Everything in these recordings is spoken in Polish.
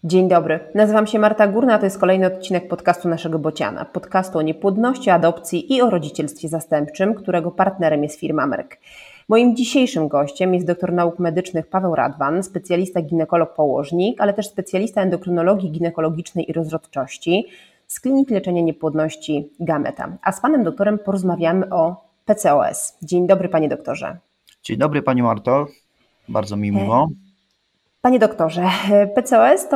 Dzień dobry, nazywam się Marta Górna, to jest kolejny odcinek podcastu Naszego Bociana. Podcastu o niepłodności, adopcji i o rodzicielstwie zastępczym, którego partnerem jest firma Merck. Moim dzisiejszym gościem jest doktor nauk medycznych Paweł Radwan, specjalista ginekolog-położnik, ale też specjalista endokrynologii ginekologicznej i rozrodczości z Kliniki Leczenia Niepłodności Gameta. A z panem doktorem porozmawiamy o PCOS. Dzień dobry, panie doktorze. Dzień dobry, pani Marto, bardzo mi miło. Panie doktorze, PCOS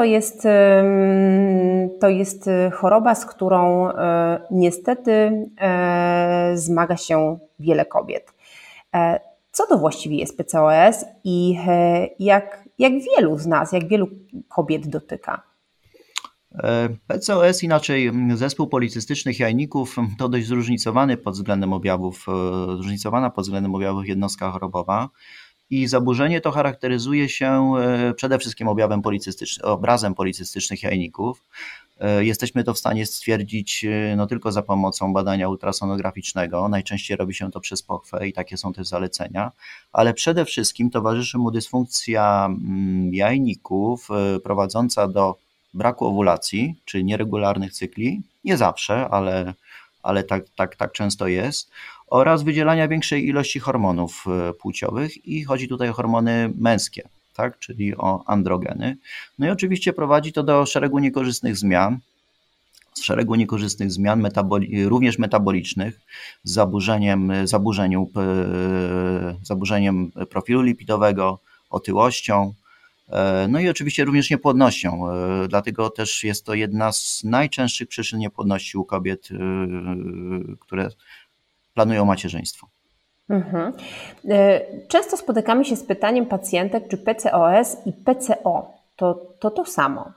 to jest choroba, z którą niestety zmaga się wiele kobiet. Co to właściwie jest PCOS i jak wielu z nas, jak wielu kobiet dotyka? PCOS, inaczej zespół policystycznych jajników, to dość zróżnicowana pod względem objawów jednostka chorobowa. I zaburzenie to charakteryzuje się przede wszystkim obrazem policystycznych jajników. Jesteśmy to w stanie stwierdzić tylko za pomocą badania ultrasonograficznego. Najczęściej robi się to przez pochwę i takie są też zalecenia, ale przede wszystkim towarzyszy mu dysfunkcja jajników prowadząca do braku owulacji, czyli nieregularnych cykli. Nie zawsze, ale tak często jest. Oraz wydzielania większej ilości hormonów płciowych i chodzi tutaj o hormony męskie, tak, czyli o androgeny. No i oczywiście prowadzi to do szeregu niekorzystnych zmian, również metabolicznych, z zaburzeniem profilu lipidowego, otyłością, no i oczywiście również niepłodnością. Dlatego też jest to jedna z najczęstszych przyczyn niepłodności u kobiet, które planują macierzyństwo. Często spotykamy się z pytaniem pacjentek, czy PCOS i PCO to samo.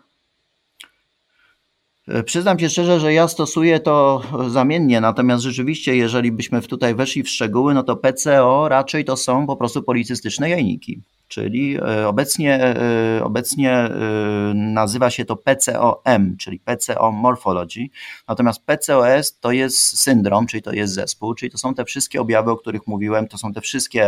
Przyznam się szczerze, że ja stosuję to zamiennie, natomiast rzeczywiście, jeżeli byśmy tutaj weszli w szczegóły, no to PCO raczej to są po prostu policystyczne jajniki. Czyli obecnie nazywa się to PCOM, czyli PCO Morphology, natomiast PCOS to jest syndrom, czyli to jest zespół, czyli to są te wszystkie objawy, o których mówiłem, to są te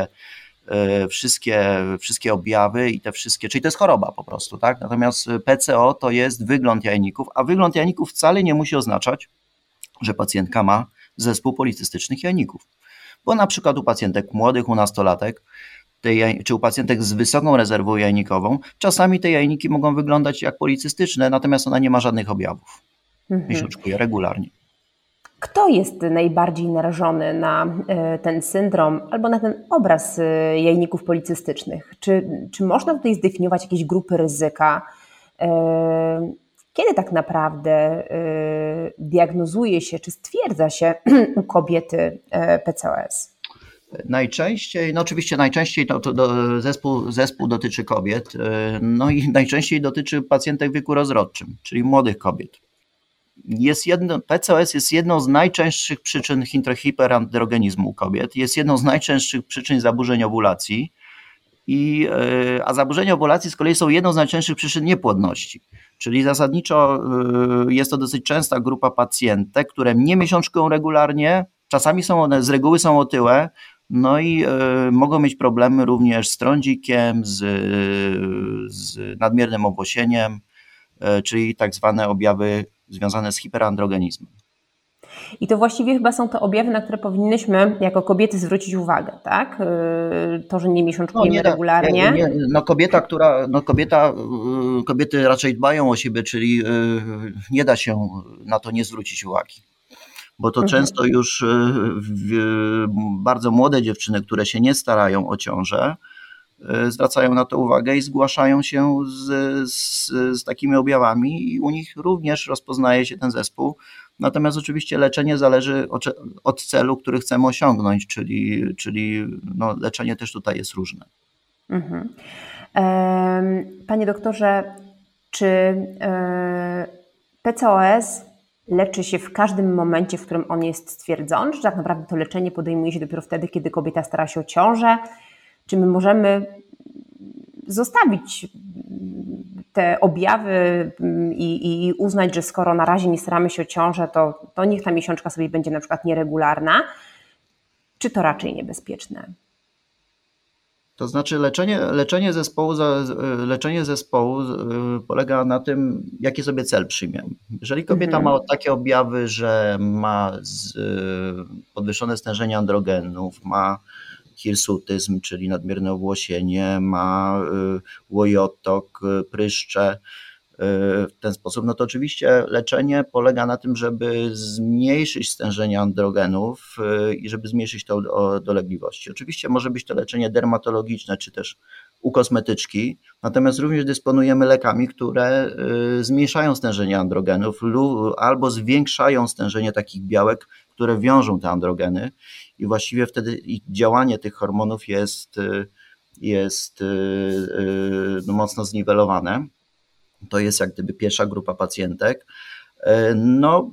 wszystkie objawy i te wszystkie, czyli to jest choroba po prostu, tak? Natomiast PCO to jest wygląd jajników, a wygląd jajników wcale nie musi oznaczać, że pacjentka ma zespół policystycznych jajników, bo na przykład u pacjentek młodych, u nastolatek, czy u pacjentek z wysoką rezerwą jajnikową, czasami te jajniki mogą wyglądać jak policystyczne, natomiast ona nie ma żadnych objawów. Miesiączkuje regularnie. Kto jest najbardziej narażony na ten syndrom albo na ten obraz jajników policystycznych? Czy można tutaj zdefiniować jakieś grupy ryzyka? Kiedy tak naprawdę diagnozuje się czy stwierdza się u kobiety PCOS? Oczywiście najczęściej to zespół dotyczy kobiet, no i najczęściej dotyczy pacjentek w wieku rozrodczym, czyli młodych kobiet. PCOS jest jedną z najczęstszych przyczyn hiperandrogenizmu u kobiet, jest jedną z najczęstszych przyczyn zaburzeń owulacji, a zaburzenia owulacji z kolei są jedną z najczęstszych przyczyn niepłodności. Czyli zasadniczo jest to dosyć częsta grupa pacjentek, które nie miesiączkują regularnie, czasami z reguły są otyłe, no i mogą mieć problemy również z trądzikiem, z nadmiernym owłosieniem, czyli tak zwane objawy związane z hiperandrogenizmem. I to właściwie chyba są te objawy, na które powinnyśmy jako kobiety zwrócić uwagę, tak? To, że nie miesiączkujemy regularnie. Kobiety raczej dbają o siebie, czyli nie da się na to nie zwrócić uwagi. Bo to często już bardzo młode dziewczyny, które się nie starają o ciążę, zwracają na to uwagę i zgłaszają się z takimi objawami i u nich również rozpoznaje się ten zespół. Natomiast oczywiście leczenie zależy od celu, który chcemy osiągnąć, czyli leczenie też tutaj jest różne. Panie doktorze, czy PCOS leczy się w każdym momencie, w którym on jest stwierdzony, czy tak naprawdę to leczenie podejmuje się dopiero wtedy, kiedy kobieta stara się o ciążę? Czy my możemy zostawić te objawy i uznać, że skoro na razie nie staramy się o ciążę, to niech ta miesiączka sobie będzie na przykład nieregularna? Czy to raczej niebezpieczne? To znaczy leczenie zespołu polega na tym, jaki sobie cel przyjmiemy. Jeżeli kobieta ma takie objawy, że ma podwyższone stężenie androgenów, ma hirsutyzm, czyli nadmierne owłosienie, ma łojotok, pryszcze, w ten sposób, no to oczywiście leczenie polega na tym, żeby zmniejszyć stężenie androgenów i żeby zmniejszyć te dolegliwości. Oczywiście może być to leczenie dermatologiczne, czy też u kosmetyczki, natomiast również dysponujemy lekami, które zmniejszają stężenie androgenów albo zwiększają stężenie takich białek, które wiążą te androgeny i właściwie wtedy ich działanie tych hormonów jest mocno zniwelowane. To jest jak gdyby pierwsza grupa pacjentek. No,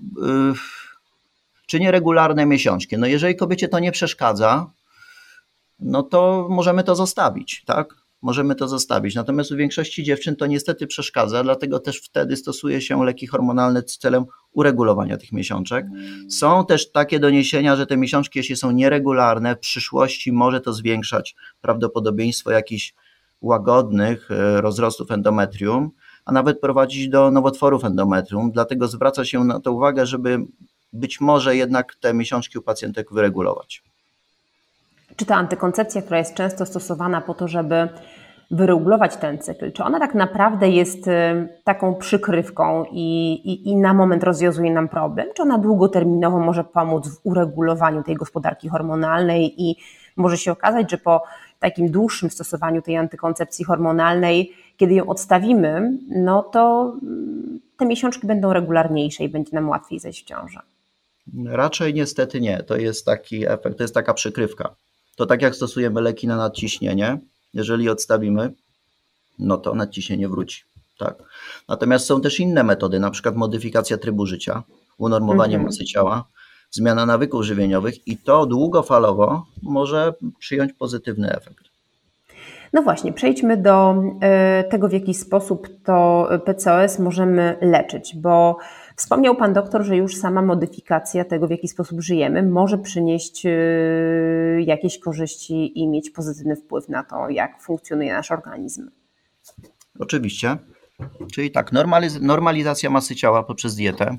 czy nieregularne miesiączki? No jeżeli kobiecie to nie przeszkadza, no to możemy to zostawić, tak? Możemy to zostawić. Natomiast u większości dziewczyn to niestety przeszkadza, dlatego też wtedy stosuje się leki hormonalne celem uregulowania tych miesiączek. Są też takie doniesienia, że te miesiączki, jeśli są nieregularne, w przyszłości może to zwiększać prawdopodobieństwo jakichś łagodnych rozrostów endometrium, a nawet prowadzić do nowotworów endometrium. Dlatego zwraca się na to uwagę, żeby być może jednak te miesiączki u pacjentek wyregulować. Czy ta antykoncepcja, która jest często stosowana po to, żeby wyregulować ten cykl, czy ona tak naprawdę jest taką przykrywką i na moment rozwiązuje nam problem? Czy ona długoterminowo może pomóc w uregulowaniu tej gospodarki hormonalnej i może się okazać, że po takim dłuższym stosowaniu tej antykoncepcji hormonalnej, kiedy ją odstawimy, no to te miesiączki będą regularniejsze i będzie nam łatwiej zejść w ciążę? Raczej niestety nie. To jest taki efekt, to jest taka przykrywka. To tak jak stosujemy leki na nadciśnienie, jeżeli odstawimy, no to nadciśnienie wróci. Tak. Natomiast są też inne metody, na przykład modyfikacja trybu życia, unormowanie masy ciała, zmiana nawyków żywieniowych i to długofalowo może przyjąć pozytywny efekt. No właśnie, przejdźmy do tego, w jaki sposób to PCOS możemy leczyć, bo wspomniał Pan doktor, że już sama modyfikacja tego, w jaki sposób żyjemy, może przynieść jakieś korzyści i mieć pozytywny wpływ na to, jak funkcjonuje nasz organizm. Oczywiście, czyli tak, normalizacja masy ciała poprzez dietę,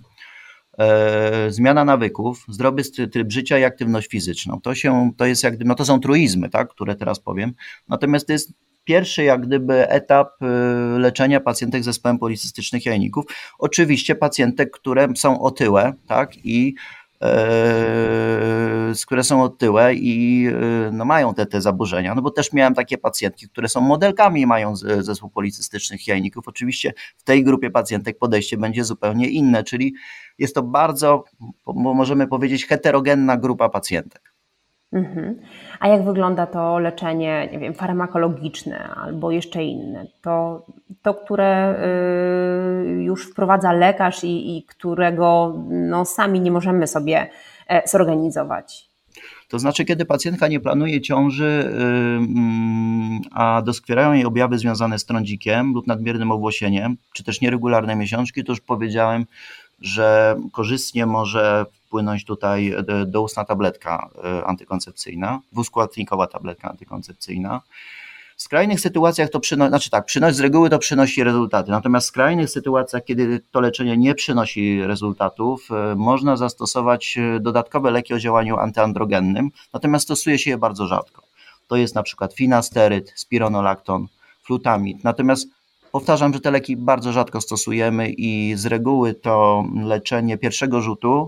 zmiana nawyków, zdrowy tryb życia i aktywność fizyczną. To jest jak gdyby, no to są truizmy, tak, które teraz powiem. Natomiast to jest pierwszy jak gdyby etap leczenia pacjentek z zespołem policystycznych jajników. Oczywiście pacjentek, które są otyłe, tak, i które są otyłe i no, mają te zaburzenia, no bo też miałem takie pacjentki, które są modelkami i mają zespół policystycznych jajników. Oczywiście w tej grupie pacjentek podejście będzie zupełnie inne, czyli jest to bardzo, możemy powiedzieć, heterogenna grupa pacjentek. A jak wygląda to leczenie, nie wiem, farmakologiczne albo jeszcze inne? To które już wprowadza lekarz i którego no, sami nie możemy sobie zorganizować? To znaczy, kiedy pacjentka nie planuje ciąży, a doskwierają jej objawy związane z trądzikiem lub nadmiernym owłosieniem, czy też nieregularne miesiączki, to już powiedziałem, że korzystnie może wpłynąć tutaj doustna tabletka antykoncepcyjna, dwuskładnikowa tabletka antykoncepcyjna. W skrajnych sytuacjach to z reguły to przynosi rezultaty, natomiast w skrajnych sytuacjach, kiedy to leczenie nie przynosi rezultatów, można zastosować dodatkowe leki o działaniu antyandrogennym, natomiast stosuje się je bardzo rzadko. To jest na przykład finasteryd, spironolakton, flutamid, natomiast powtarzam, że te leki bardzo rzadko stosujemy i z reguły to leczenie pierwszego rzutu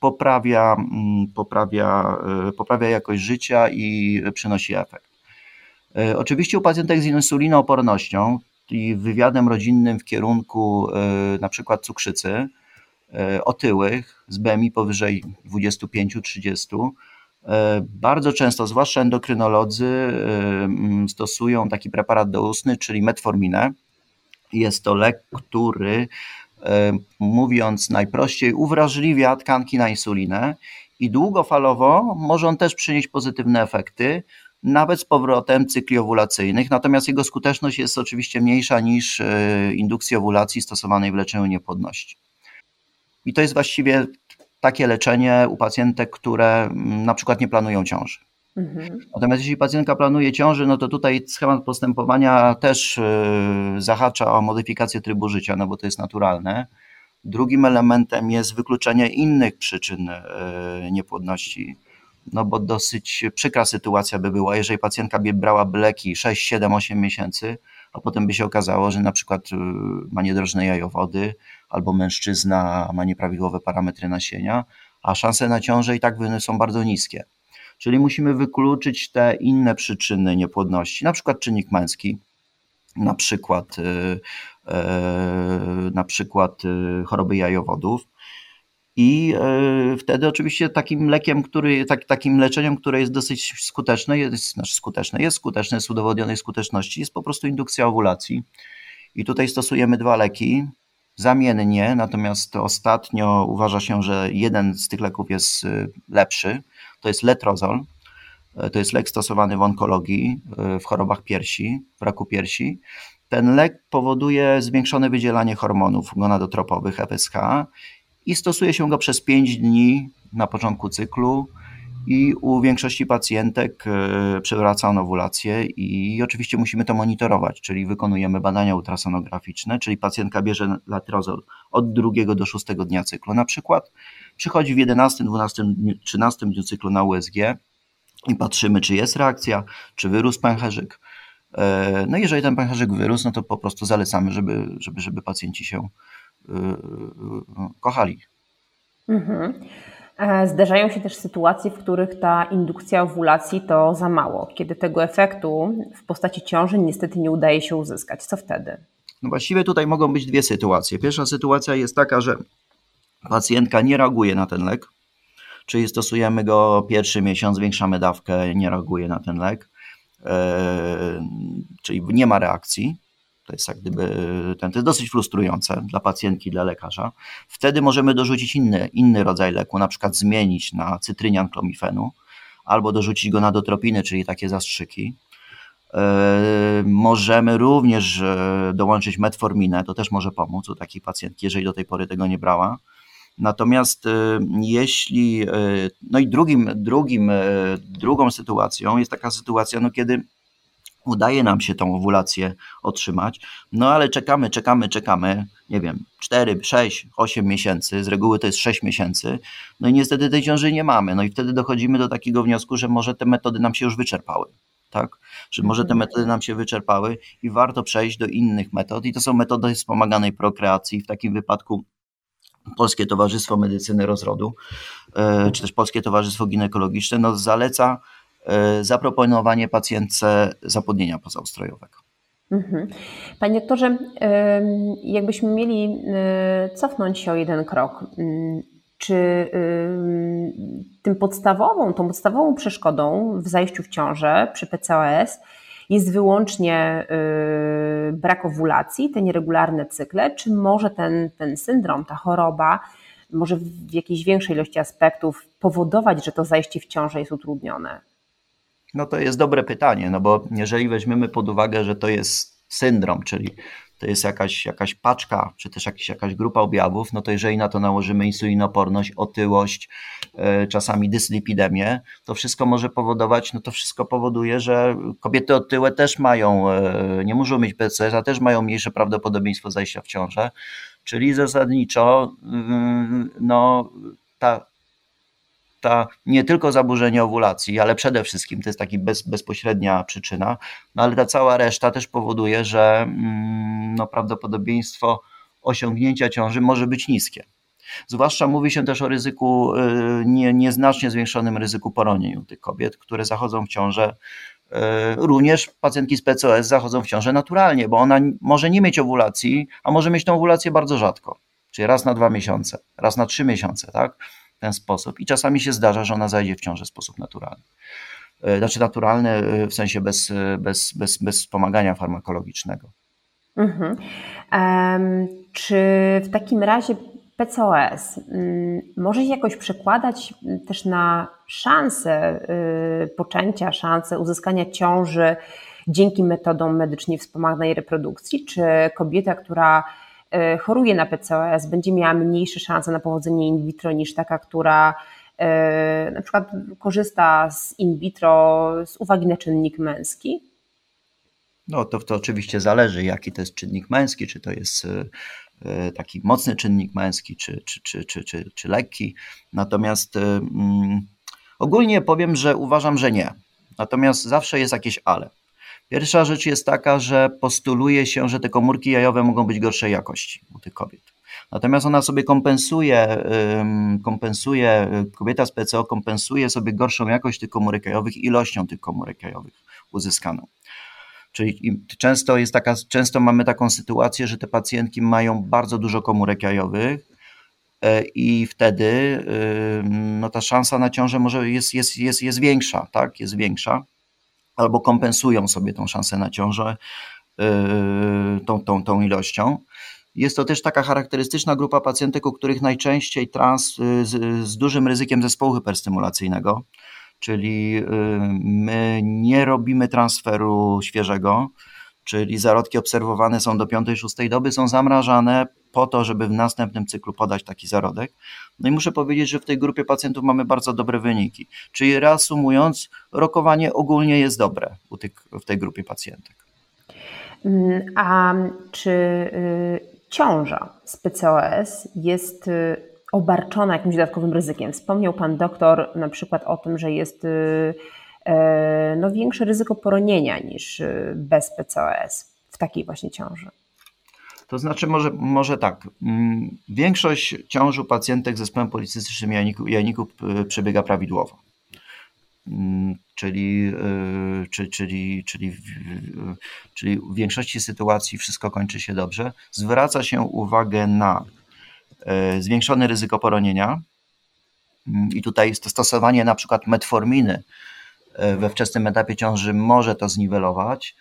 poprawia jakość życia i przynosi efekt. Oczywiście u pacjentek z insulinoopornością i wywiadem rodzinnym w kierunku na przykład cukrzycy, otyłych z BMI powyżej 25-30, bardzo często, zwłaszcza endokrynolodzy, stosują taki preparat doustny, czyli metforminę. Jest to lek, który, mówiąc najprościej, uwrażliwia tkanki na insulinę i długofalowo może on też przynieść pozytywne efekty, nawet z powrotem cykli owulacyjnych, natomiast jego skuteczność jest oczywiście mniejsza niż indukcji owulacji stosowanej w leczeniu niepłodności. I to jest właściwie takie leczenie u pacjentek, które na przykład nie planują ciąży. Natomiast jeśli pacjentka planuje ciążę, no to tutaj schemat postępowania też zahacza o modyfikację trybu życia, no bo to jest naturalne. Drugim elementem jest wykluczenie innych przyczyn niepłodności, no bo dosyć przykra sytuacja by była, jeżeli pacjentka by brała leki 6, 7, 8 miesięcy, a potem by się okazało, że na przykład ma niedrożne jajowody, albo mężczyzna ma nieprawidłowe parametry nasienia, a szanse na ciążę i tak są bardzo niskie. Czyli musimy wykluczyć te inne przyczyny niepłodności, na przykład czynnik męski, na przykład choroby jajowodów. I wtedy oczywiście takim leczeniem, które jest dosyć skuteczne, jest skuteczne z udowodnionej skuteczności, jest po prostu indukcja owulacji. I tutaj stosujemy 2 leki zamiennie, natomiast ostatnio uważa się, że jeden z tych leków jest lepszy. To jest letrozol. To jest lek stosowany w onkologii, w chorobach piersi, w raku piersi. Ten lek powoduje zwiększone wydzielanie hormonów gonadotropowych FSH i stosuje się go przez 5 dni na początku cyklu i u większości pacjentek przywraca owulację i oczywiście musimy to monitorować, czyli wykonujemy badania ultrasonograficzne, czyli pacjentka bierze letrozol od 2 do 6 dnia cyklu na przykład, przychodzi w 11, 12, 13 dniu cyklu na USG i patrzymy, czy jest reakcja, czy wyrósł pęcherzyk. No i jeżeli ten pęcherzyk wyrósł, no to po prostu zalecamy, żeby pacjenci się kochali. Zdarzają się też sytuacje, w których ta indukcja owulacji to za mało, kiedy tego efektu w postaci ciąży niestety nie udaje się uzyskać. Co wtedy? No właściwie tutaj mogą być 2 sytuacje. Pierwsza sytuacja jest taka, że pacjentka nie reaguje na ten lek, czyli stosujemy go pierwszy miesiąc, zwiększamy dawkę, nie reaguje na ten lek, czyli nie ma reakcji. To jest jak gdyby, to jest dosyć frustrujące dla pacjentki, dla lekarza. Wtedy możemy dorzucić inny rodzaj leku, na przykład zmienić na cytrynian klomifenu, albo dorzucić go na dotropiny, czyli takie zastrzyki. Możemy również dołączyć metforminę, to też może pomóc u takiej pacjentki, jeżeli do tej pory tego nie brała. Natomiast no i drugą sytuacją jest taka sytuacja, no kiedy udaje nam się tą owulację otrzymać, no ale czekamy, nie wiem, 4, 6, 8 miesięcy, z reguły to jest 6 miesięcy, no i niestety tej ciąży nie mamy, no i wtedy dochodzimy do takiego wniosku, że może te metody nam się już wyczerpały, tak? Że może te metody nam się wyczerpały i warto przejść do innych metod i to są metody wspomaganej prokreacji, w takim wypadku Polskie Towarzystwo Medycyny Rozrodu, czy też Polskie Towarzystwo Ginekologiczne, no zaleca zaproponowanie pacjentce zapłodnienia pozaustrojowego. Panie doktorze, jakbyśmy mieli cofnąć się o jeden krok, czy tą podstawową przeszkodą w zajściu w ciążę przy PCOS jest wyłącznie brak owulacji, te nieregularne cykle, czy może ten syndrom, ta choroba może w jakiejś większej ilości aspektów powodować, że to zajście w ciążę jest utrudnione? No to jest dobre pytanie, no bo jeżeli weźmiemy pod uwagę, że to jest syndrom, czyli to jest jakaś paczka, czy też jakaś grupa objawów, no to jeżeli na to nałożymy insulinoporność, otyłość, czasami dyslipidemię, to wszystko może powodować, no to wszystko powoduje, że kobiety otyłe też nie muszą mieć PCOS, a też mają mniejsze prawdopodobieństwo zajścia w ciążę, czyli zasadniczo no ta nie tylko zaburzenie owulacji, ale przede wszystkim to jest taka bezpośrednia przyczyna, no ale ta cała reszta też powoduje, że no, prawdopodobieństwo osiągnięcia ciąży może być niskie. Zwłaszcza mówi się też o ryzyku, nieznacznie zwiększonym ryzyku poronień u tych kobiet, które zachodzą w ciążę. Również pacjentki z PCOS zachodzą w ciążę naturalnie, bo ona może nie mieć owulacji, a może mieć tę owulację bardzo rzadko, czyli raz na 2 miesiące, raz na 3 miesiące, tak? W ten sposób. I czasami się zdarza, że ona zajdzie w ciążę w sposób naturalny. Znaczy naturalny w sensie bez wspomagania farmakologicznego. Czy w takim razie PCOS może się jakoś przekładać też na szansę poczęcia, szansę uzyskania ciąży dzięki metodom medycznie wspomaganej reprodukcji? Czy kobieta, która choruje na PCOS, będzie miała mniejsze szanse na powodzenie in vitro niż taka, która na przykład korzysta z in vitro z uwagi na czynnik męski? No to oczywiście zależy, jaki to jest czynnik męski, czy to jest taki mocny czynnik męski, czy lekki. Natomiast ogólnie powiem, że uważam, że nie. Natomiast zawsze jest jakieś ale. Pierwsza rzecz jest taka, że postuluje się, że te komórki jajowe mogą być gorszej jakości u tych kobiet. Natomiast ona sobie kobieta z PCO kompensuje sobie gorszą jakość tych komórek jajowych ilością tych komórek jajowych uzyskaną. Czyli często mamy taką sytuację, że te pacjentki mają bardzo dużo komórek jajowych i wtedy ta szansa na ciążę może jest większa, tak? Jest większa. Albo kompensują sobie tą szansę na ciążę tą ilością. Jest to też taka charakterystyczna grupa pacjentek, u których najczęściej trans z dużym ryzykiem zespołu hyperstymulacyjnego, czyli my nie robimy transferu świeżego, czyli zarodki obserwowane są do 5-6 doby, są zamrażane po to, żeby w następnym cyklu podać taki zarodek. No i muszę powiedzieć, że w tej grupie pacjentów mamy bardzo dobre wyniki. Czyli reasumując, rokowanie ogólnie jest dobre w tej grupie pacjentek. A czy ciąża z PCOS jest obarczona jakimś dodatkowym ryzykiem? Wspomniał Pan doktor na przykład o tym, że jest większe ryzyko poronienia niż bez PCOS w takiej właśnie ciąży. To znaczy może tak, większość ciąż u pacjentek z zespołem policystycznym jajników przebiega prawidłowo. Czyli w większości sytuacji wszystko kończy się dobrze. Zwraca się uwagę na zwiększone ryzyko poronienia i tutaj stosowanie na przykład metforminy we wczesnym etapie ciąży może to zniwelować.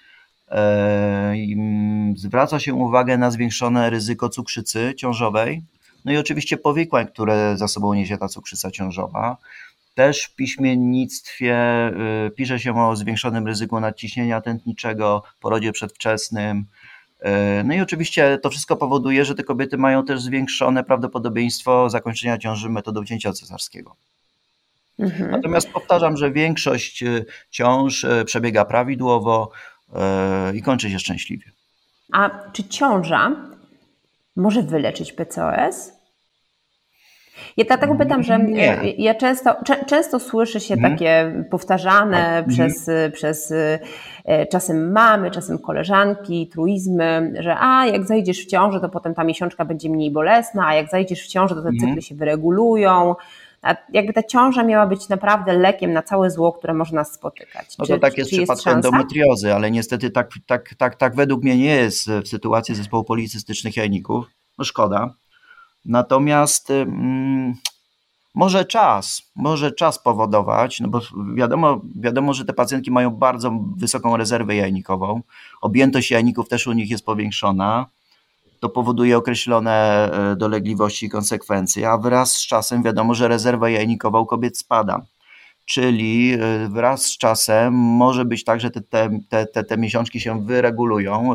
Zwraca się uwagę na zwiększone ryzyko cukrzycy ciążowej, no i oczywiście powikłań, które za sobą niesie ta cukrzyca ciążowa. Też w piśmiennictwie pisze się o zwiększonym ryzyku nadciśnienia tętniczego, porodzie przedwczesnym. No i oczywiście to wszystko powoduje, że te kobiety mają też zwiększone prawdopodobieństwo zakończenia ciąży metodą cięcia cesarskiego. Natomiast powtarzam, że większość ciąż przebiega prawidłowo i kończy się szczęśliwie. A czy ciąża może wyleczyć PCOS? Ja dlatego pytam, że ja często słyszy się takie powtarzane przez czasem mamy, czasem koleżanki, truizmy, że jak zajdziesz w ciążę, to potem ta miesiączka będzie mniej bolesna, a jak zajdziesz w ciążę, to te cykly się wyregulują. A jakby ta ciąża miała być naprawdę lekiem na całe zło, które może nas spotykać. No to tak jest w przypadku endometriozy, ale niestety tak według mnie nie jest w sytuacji zespołu policystycznych jajników. No szkoda. Natomiast może czas powodować, no bo wiadomo, że te pacjentki mają bardzo wysoką rezerwę jajnikową. Objętość jajników też u nich jest powiększona. To powoduje określone dolegliwości i konsekwencje, a wraz z czasem wiadomo, że rezerwa jajnikowa u kobiet spada. Czyli wraz z czasem może być tak, że te miesiączki się wyregulują,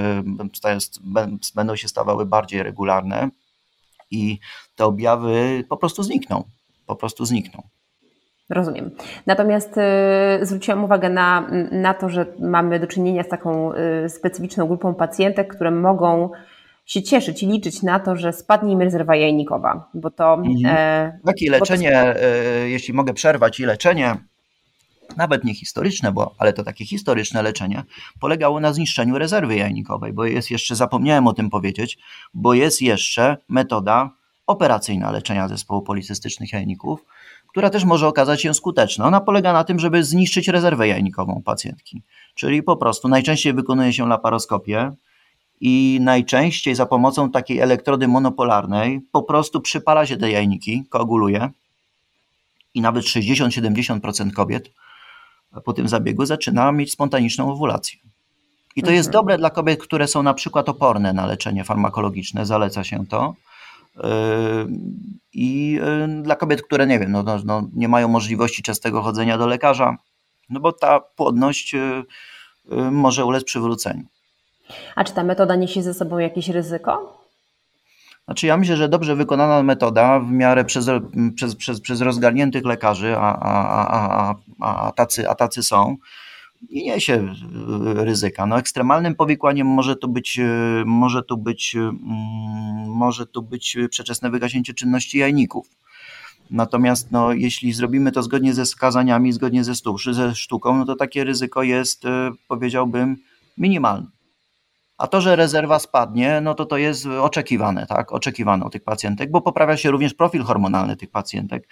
będą się stawały bardziej regularne i te objawy po prostu znikną. Rozumiem. Natomiast zwróciłam uwagę na to, że mamy do czynienia z taką specyficzną grupą pacjentek, które mogą się cieszyć i liczyć na to, że spadnie im rezerwa jajnikowa, bo to... Takie leczenie, jeśli mogę przerwać, i leczenie, nawet nie historyczne, ale to takie historyczne leczenie, polegało na zniszczeniu rezerwy jajnikowej, bo jest jeszcze, zapomniałem o tym powiedzieć, bo jest jeszcze metoda operacyjna leczenia zespołu policystycznych jajników, która też może okazać się skuteczna. Ona polega na tym, żeby zniszczyć rezerwę jajnikową pacjentki, czyli po prostu najczęściej wykonuje się laparoskopię i najczęściej za pomocą takiej elektrody monopolarnej po prostu przypala się te jajniki, koaguluje i nawet 60-70% kobiet po tym zabiegu zaczyna mieć spontaniczną owulację. I to jest dobre dla kobiet, które są na przykład oporne na leczenie farmakologiczne, zaleca się to. I dla kobiet, które nie mają możliwości częstego chodzenia do lekarza, no bo ta płodność może ulec przywróceniu. A czy ta metoda niesie ze sobą jakieś ryzyko? Znaczy ja myślę, że dobrze wykonana metoda w miarę przez rozgarniętych lekarzy, a tacy są, i niesie ryzyka. No, ekstremalnym powikłaniem może tu być przedwczesne wygaśnięcie czynności jajników. Natomiast no, jeśli zrobimy to zgodnie ze wskazaniami, zgodnie ze sztuką, no to takie ryzyko jest, powiedziałbym, minimalne. A to, że rezerwa spadnie, no to jest oczekiwane, tak? Oczekiwane u tych pacjentek, bo poprawia się również profil hormonalny tych pacjentek.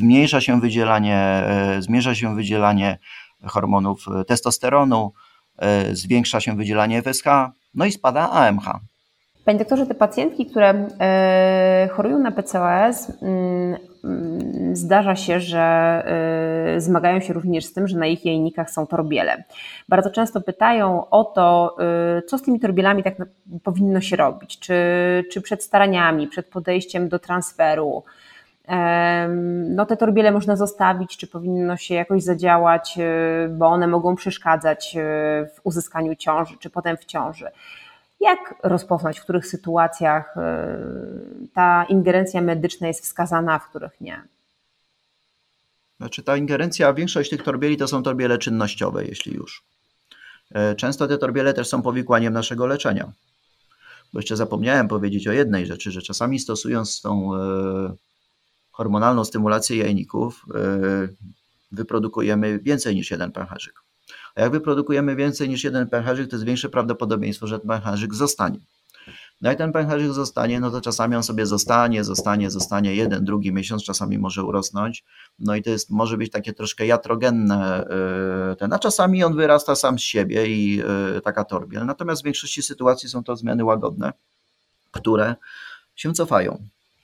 Zmniejsza się wydzielanie hormonów testosteronu, zwiększa się wydzielanie FSH, no i spada AMH. Panie doktorze, te pacjentki, które chorują na PCOS, zdarza się, że zmagają się również z tym, że na ich jajnikach są torbiele. Bardzo często pytają o to, co z tymi torbielami tak powinno się robić, czy przed staraniami, przed podejściem do transferu. No te torbiele można zostawić, czy powinno się jakoś zadziałać, bo one mogą przeszkadzać w uzyskaniu ciąży, czy potem w ciąży. Jak rozpoznać, w których sytuacjach ta ingerencja medyczna jest wskazana, a w których nie? Znaczy ta ingerencja, większość tych torbieli to są torbiele czynnościowe, jeśli już. Często te torbiele też są powikłaniem naszego leczenia. Bo jeszcze zapomniałem powiedzieć o jednej rzeczy, że czasami stosując tą hormonalną stymulację jajników, wyprodukujemy więcej niż jeden pęcherzyk. A jak wyprodukujemy więcej niż jeden pęcherzyk, to jest większe prawdopodobieństwo, że ten pęcherzyk zostanie. No jak ten pęcherzyk zostanie, no to czasami on sobie zostanie jeden, drugi miesiąc, czasami może urosnąć. No i to może być takie troszkę iatrogenne, a czasami on wyrasta sam z siebie i taka torbiel. Natomiast w większości sytuacji są to zmiany łagodne, które się cofają.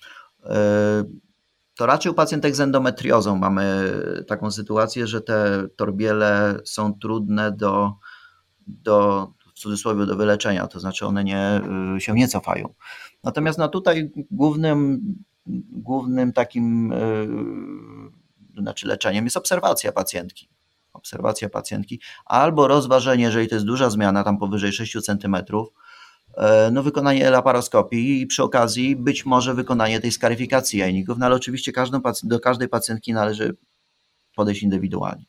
To raczej u pacjentek z endometriozą mamy taką sytuację, że te torbiele są trudne w cudzysłowie do wyleczenia, to znaczy one się nie cofają. Natomiast no tutaj głównym takim leczeniem jest obserwacja pacjentki albo rozważenie, jeżeli to jest duża zmiana, tam powyżej 6 cm, no wykonanie laparoskopii i przy okazji być może wykonanie tej skaryfikacji jajników, no ale oczywiście do każdej pacjentki należy podejść indywidualnie.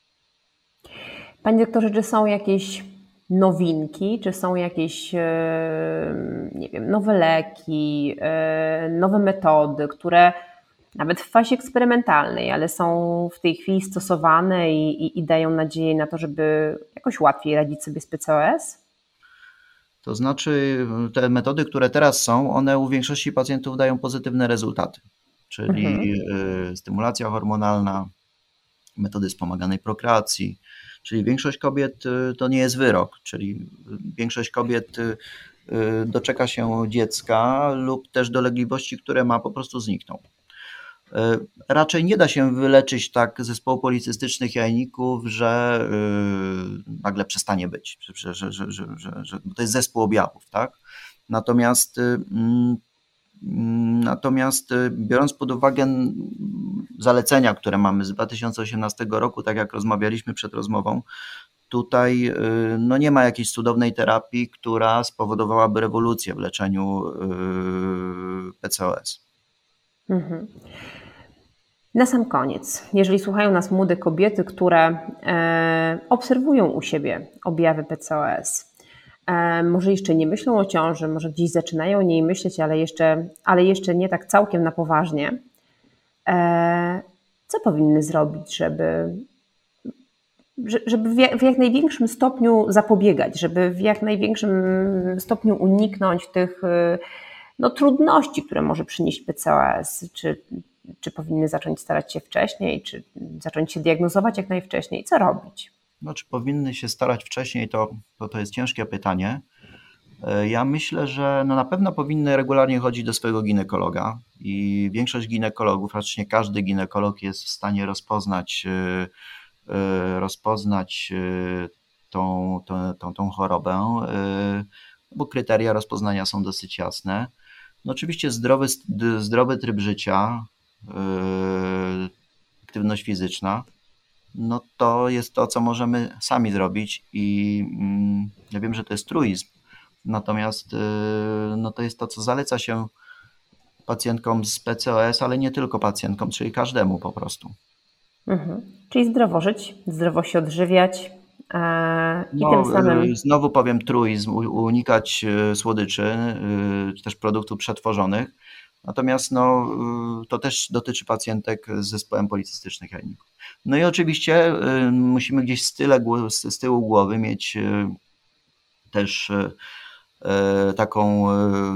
Panie doktorze, czy są jakieś nowinki, czy są jakieś, nie wiem, nowe leki, nowe metody, które nawet w fazie eksperymentalnej, ale są w tej chwili stosowane i dają nadzieję na to, żeby jakoś łatwiej radzić sobie z PCOS? To znaczy te metody, które teraz są, one u większości pacjentów dają pozytywne rezultaty, czyli stymulacja hormonalna, metody wspomaganej prokreacji, czyli większość kobiet to nie jest wyrok, czyli większość kobiet doczeka się dziecka lub też dolegliwości, które ma, po prostu znikną. Raczej nie da się wyleczyć tak zespołu policystycznych jajników, że nagle przestanie być, że to jest zespół objawów, tak? Natomiast biorąc pod uwagę zalecenia, które mamy z 2018 roku, tak jak rozmawialiśmy przed rozmową, tutaj no nie ma jakiejś cudownej terapii, która spowodowałaby rewolucję w leczeniu PCOS. Mhm. Na sam koniec, jeżeli słuchają nas młode kobiety, które obserwują u siebie objawy PCOS, może jeszcze nie myślą o ciąży, może gdzieś zaczynają o niej myśleć, ale jeszcze nie tak całkiem na poważnie, co powinny zrobić, żeby w jak największym stopniu zapobiegać, żeby w jak największym stopniu uniknąć tych trudności, które może przynieść PCOS, czy powinny zacząć starać się wcześniej, czy zacząć się diagnozować jak najwcześniej? Co robić? No, czy powinny się starać wcześniej, to jest ciężkie pytanie. Ja myślę, że na pewno powinny regularnie chodzić do swojego ginekologa i większość ginekologów, praktycznie każdy ginekolog jest w stanie rozpoznać tą chorobę, bo kryteria rozpoznania są dosyć jasne. No oczywiście zdrowy tryb życia, aktywność fizyczna, no to jest to, co możemy sami zrobić i ja wiem, że to jest truizm, natomiast no to jest to, co zaleca się pacjentkom z PCOS, ale nie tylko pacjentkom, czyli każdemu po prostu. Czyli zdrowo żyć, zdrowo się odżywiać i No, tym samym... znowu powiem truizm, unikać słodyczy, czy też produktów przetworzonych. Natomiast to też dotyczy pacjentek z zespołem policystycznych jajników. No i oczywiście musimy gdzieś z tyłu głowy mieć też taką,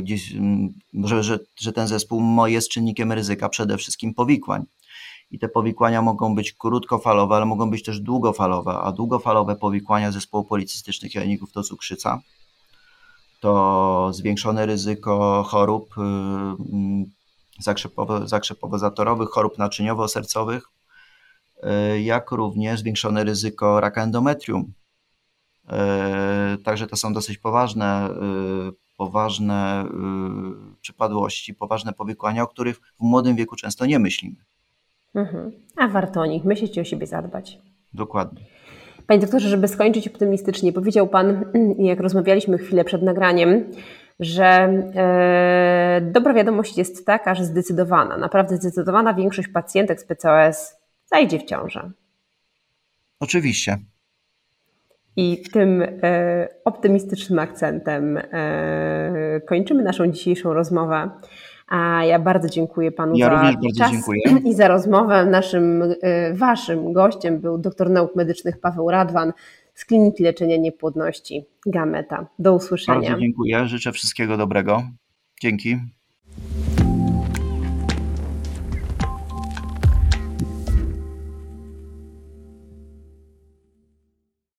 że ten zespół jest czynnikiem ryzyka przede wszystkim powikłań. I te powikłania mogą być krótkofalowe, ale mogą być też długofalowe, a długofalowe powikłania zespołu policystycznych jajników to cukrzyca, to zwiększone ryzyko chorób zakrzepowo-zatorowych, chorób naczyniowo-sercowych, jak również zwiększone ryzyko raka endometrium. Także to są dosyć poważne przypadłości, poważne powikłania, o których w młodym wieku często nie myślimy. A warto o nich myśleć i o siebie zadbać. Dokładnie. Panie doktorze, żeby skończyć optymistycznie, powiedział Pan, jak rozmawialiśmy chwilę przed nagraniem, że dobra wiadomość jest taka, że naprawdę zdecydowana większość pacjentek z PCOS zajdzie w ciążę. Oczywiście. I tym optymistycznym akcentem kończymy naszą dzisiejszą rozmowę. A ja bardzo dziękuję Panu za czas i za rozmowę. Waszym gościem był doktor nauk medycznych Paweł Radwan z Kliniki Leczenia Niepłodności Gameta. Do usłyszenia. Bardzo dziękuję. Życzę wszystkiego dobrego. Dzięki.